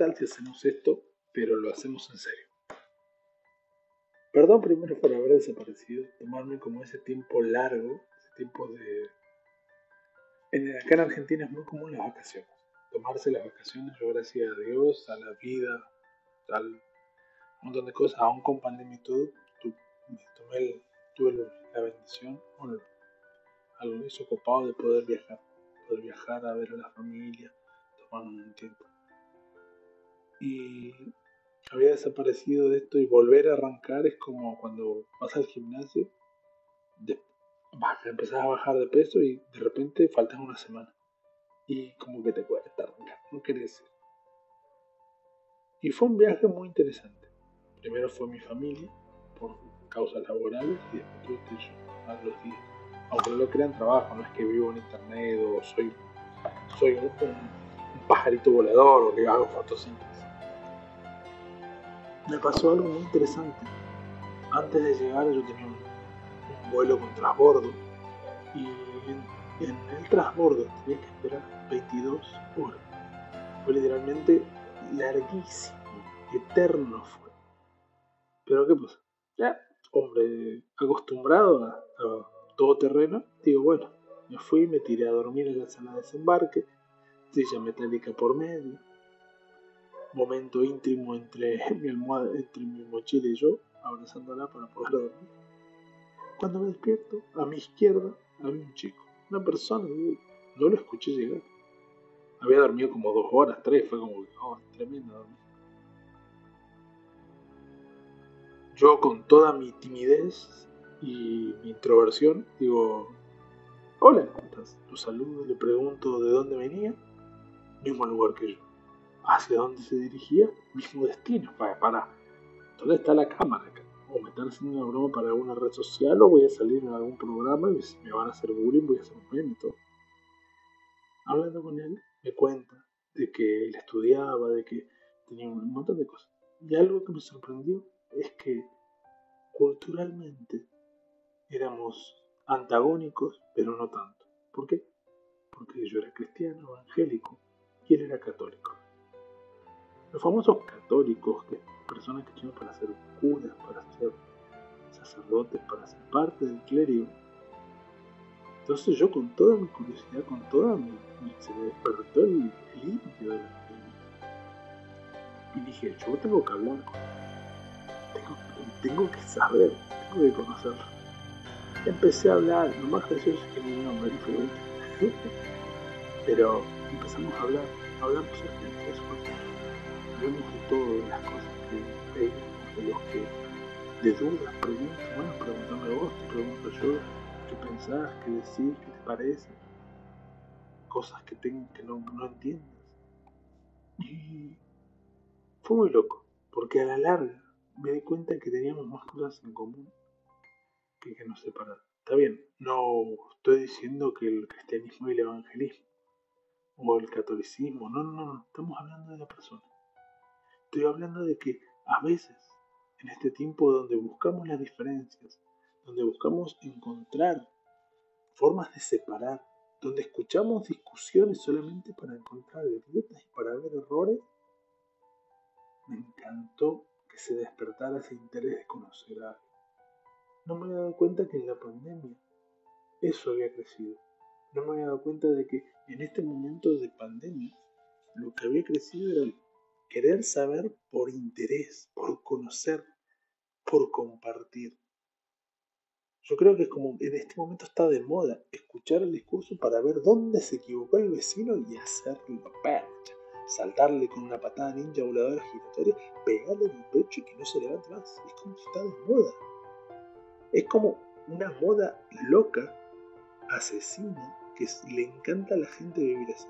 tal si hacemos esto, pero lo hacemos en serio? Perdón primero por haber desaparecido, tomarme como ese tiempo largo, ese tiempo de... Acá en Argentina es muy común las vacaciones, tomarse las vacaciones. Yo gracias a Dios, a la vida, al montón de cosas, aún con pandemia y todo, tuve la bendición, bueno, algo eso copado de poder viajar a ver a la familia, tomarme un tiempo. Y había desaparecido de esto y volver a arrancar es como cuando vas al gimnasio, empezás a bajar de peso y de repente faltas una semana. Y como que te cuesta arrancar, no querés ir. Y fue un viaje muy interesante. Primero fue mi familia, por causas laborales, y después tuve yo a los días. Aunque no lo crean, trabajo, no es que vivo en internet o soy un pajarito volador o que hago fotosíntesis. Me pasó algo muy interesante. Antes de llegar yo tenía un vuelo con transbordo y en el transbordo tenía que esperar 22 horas. Fue literalmente larguísimo, eterno fue. Pero ¿qué pasa? Ya, hombre, acostumbrado a todo terreno, digo, bueno, me fui, me tiré a dormir en la sala de desembarque, silla metálica por medio, momento íntimo entre mi almohada, entre mi mochila y yo, abrazándola para poder dormir. Cuando me despierto, a mi izquierda había un chico, una persona, no lo escuché llegar. Había dormido como 2 horas, 3, fue como, tremendo dormir. Yo con toda mi timidez y mi introversión, digo, hola, ¿cómo estás? Lo saludo, le pregunto de dónde venía, mismo lugar que yo. ¿Hacia dónde se dirigía? Mismo destino. Para, ¿dónde está la cámara acá? O me están haciendo una broma para alguna red social, o voy a salir en algún programa y me van a hacer bullying, voy a hacer un meme y todo. Hablando con él, me cuenta de que él estudiaba, de que tenía un montón de cosas. Y algo que me sorprendió es que culturalmente éramos antagónicos, pero no tanto. ¿Por qué? Porque yo era cristiano, evangélico, y él era católico. Los famosos católicos, que personas que tienen para ser curas, para ser sacerdotes, para ser parte del clérigo. Entonces yo con toda mi curiosidad, con toda se me despertó el indio de la religión. Y dije, yo tengo que hablar con él, tengo que saber, tengo que conocerlo. Empecé a hablar, lo más gracioso es que mi nombre fue pero empezamos a hablar, hablamos acerca de muchas cosas, hablamos de todo, de las cosas que veíamos, de los que, de dudas, preguntas, bueno, pregúntame vos, te pregunto yo, qué pensás, qué decís, qué te parece, cosas que no entiendas. Y fue muy loco, porque a la larga me di cuenta que teníamos más cosas en común que nos separaban. Está bien, no estoy diciendo que el cristianismo y el evangelismo o el catolicismo, no, estamos hablando de la persona. Estoy hablando de que a veces, en este tiempo donde buscamos las diferencias, donde buscamos encontrar formas de separar, donde escuchamos discusiones solamente para encontrar grietas y para ver errores, me encantó que se despertara ese interés de conocer a alguien. No me había dado cuenta que en la pandemia eso había crecido. No me había dado cuenta de que en este momento de pandemia lo que había crecido era el querer saber por interés, por conocer, por compartir. Yo creo que es como en este momento está de moda escuchar el discurso para ver dónde se equivocó el vecino y hacerlo percha. Saltarle con una patada ninja voladora giratoria, pegarle en el pecho y que no se levante más. Es como que está de moda. Es como una moda loca, asesina, que le encanta a la gente vivir así.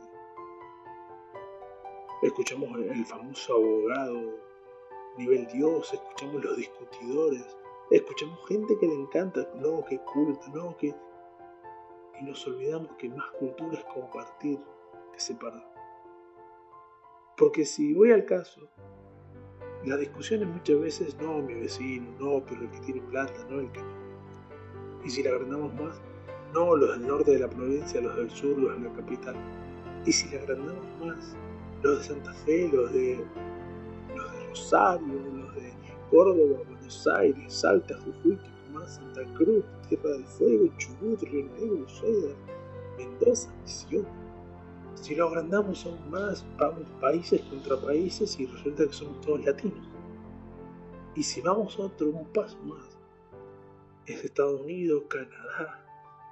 Escuchamos el famoso abogado nivel Dios, escuchamos los discutidores, escuchamos gente que le encanta, no, que culta, no, que... Y nos olvidamos que más cultura es compartir que separar. Porque si voy al caso, las discusiones muchas veces, no, mi vecino, no, pero el que tiene plata, no, el que no. Y si la agrandamos más, no, los del norte de la provincia, los del sur, los de la capital. Y si la agrandamos más, los de Santa Fe, los de Rosario, los de Córdoba, Buenos Aires, Salta, Jujuy, Tucumán, Santa Cruz, Tierra del Fuego, Chubut, Río Negro, Ushuaia, Mendoza, Misiones. Si lo agrandamos aún más, vamos países contra países y resulta que somos todos latinos. Y si vamos a un paso más, es Estados Unidos, Canadá,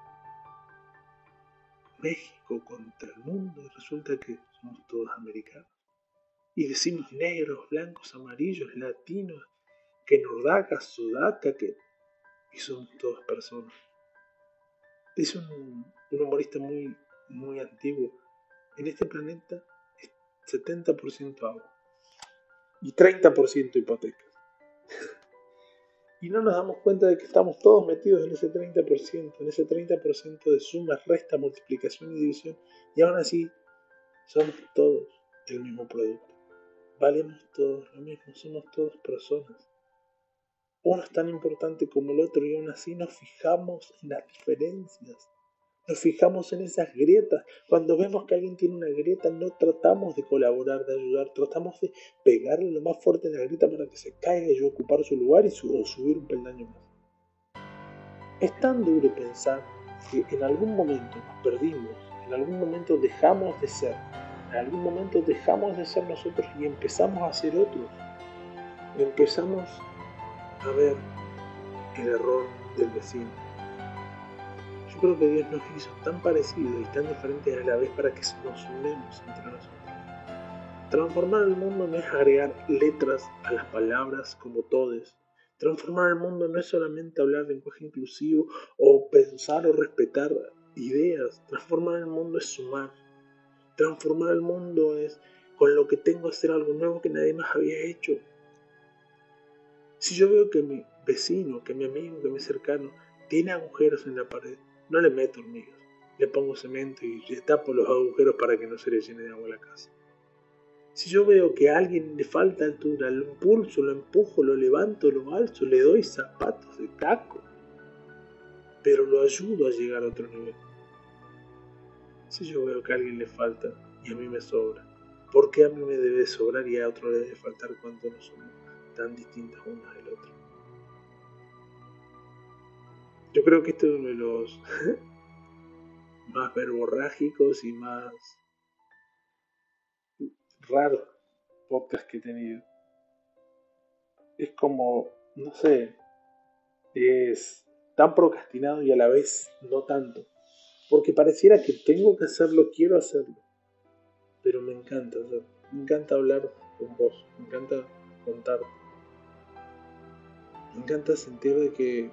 México contra el mundo y resulta que somos todos americanos. Y decimos negros, blancos, amarillos, latinos, que nordaca, sudaca, y somos todas personas. Dice un humorista muy antiguo, en este planeta es 70% agua y 30% hipotecas. Y no nos damos cuenta de que estamos todos metidos en ese 30%, en ese 30% de suma, resta, multiplicación y división, y aún así somos todos el mismo producto. Valemos todos lo mismo, somos todos personas. Uno es tan importante como el otro y aún así nos fijamos en las diferencias. Nos fijamos en esas grietas. Cuando vemos que alguien tiene una grieta, no tratamos de colaborar, de ayudar. Tratamos de pegarle lo más fuerte en la grieta para que se caiga y yo ocupar su lugar o subir un peldaño más. Es tan duro pensar que en algún momento nos perdimos, en algún momento dejamos de ser, en algún momento dejamos de ser nosotros y empezamos a ser otros. Empezamos a ver el error del vecino. Yo creo que Dios nos hizo tan parecidos y tan diferentes a la vez para que nos unemos entre nosotros. Transformar el mundo no es agregar letras a las palabras como todes. Transformar el mundo no es solamente hablar lenguaje inclusivo o pensar o respetar ideas. Transformar el mundo es sumar. Transformar el mundo es con lo que tengo hacer algo nuevo que nadie más había hecho. Si yo veo que mi vecino, que mi amigo, que mi cercano tiene agujeros en la pared, no le meto hormigas, le pongo cemento y le tapo los agujeros para que no se le llene de agua la casa. Si yo veo que a alguien le falta altura, lo impulso, lo empujo, lo levanto, lo alzo, le doy zapatos de taco, pero lo ayudo a llegar a otro nivel. Si yo veo que a alguien le falta y a mí me sobra, ¿por qué a mí me debe sobrar y a otro le debe faltar cuando no somos tan distintas unas del otro? Yo creo que este es uno de los más verborrágicos y más raros podcasts que he tenido. Es como, no sé, es tan procrastinado y a la vez no tanto. Porque pareciera que tengo que hacerlo, quiero hacerlo. Pero me encanta hacerlo. Me encanta hablar con vos. Me encanta contarte. Me encanta sentir de que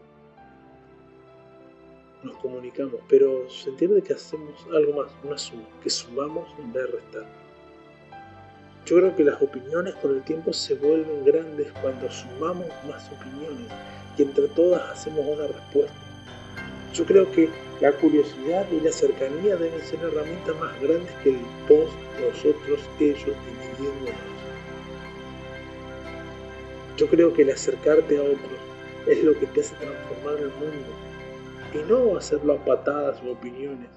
nos comunicamos, pero sentir de que hacemos algo más, una suma, que sumamos en vez de restar. Yo creo que las opiniones con el tiempo se vuelven grandes cuando sumamos más opiniones y entre todas hacemos una respuesta. Yo creo que la curiosidad y la cercanía deben ser herramientas más grandes que el vos, nosotros, ellos, dividiéndonos. Yo creo que el acercarte a otros es lo que te hace transformar el mundo y no hacerlo a patadas o opiniones.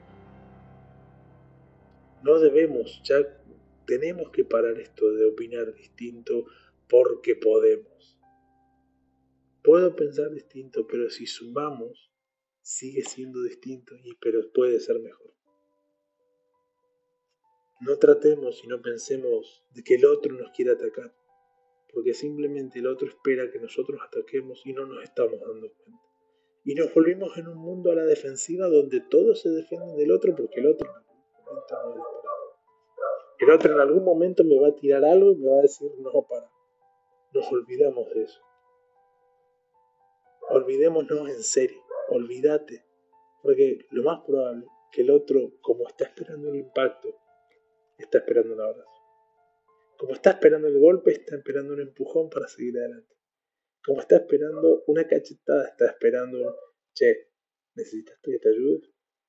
No debemos, ya tenemos que parar esto de opinar distinto porque podemos. Puedo pensar distinto, pero si sumamos, sigue siendo distinto, pero puede ser mejor. No tratemos y no pensemos de que el otro nos quiere atacar, porque simplemente el otro espera que nosotros ataquemos y no nos estamos dando cuenta. Y nos volvimos en un mundo a la defensiva donde todos se defienden del otro porque el otro en algún momento me va a tirar algo y me va a decir no, para. Nos olvidamos de eso. Olvidémonos en serio, olvídate, porque lo más probable es que el otro, como está esperando el impacto, está esperando un abrazo. Como está esperando el golpe, está esperando un empujón para seguir adelante. Como está esperando una cachetada, está esperando un che, ¿necesitas que te ayude?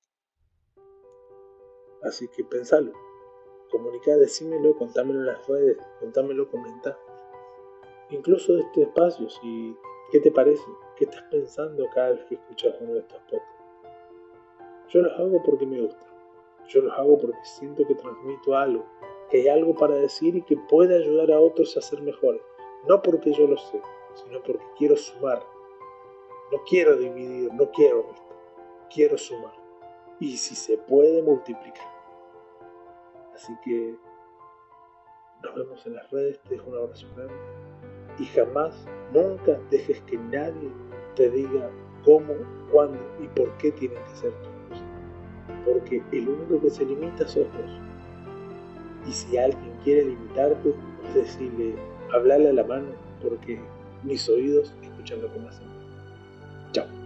Así que pensalo, comunicá, decímelo, contámelo en las redes, contámelo, comentá. Incluso de este espacio, si ¿qué te parece? ¿Qué estás pensando cada vez que escuchas uno de estos podcasts? Yo los hago porque me gusta. Yo los hago porque siento que transmito algo, que hay algo para decir y que puede ayudar a otros a ser mejores. No porque yo lo sé, sino porque quiero sumar. No quiero dividir, no quiero restar, quiero sumar. Y si se puede, multiplicar. Así que nos vemos en las redes, te dejo un abrazo grande. Y jamás, nunca dejes que nadie te diga cómo, cuándo y por qué tienen que ser tus cosas. Porque el único que se limita sos vos. Y si alguien quiere limitarte, pues decirle, hablale a la mano, porque mis oídos escuchan lo que me hacen. Chao.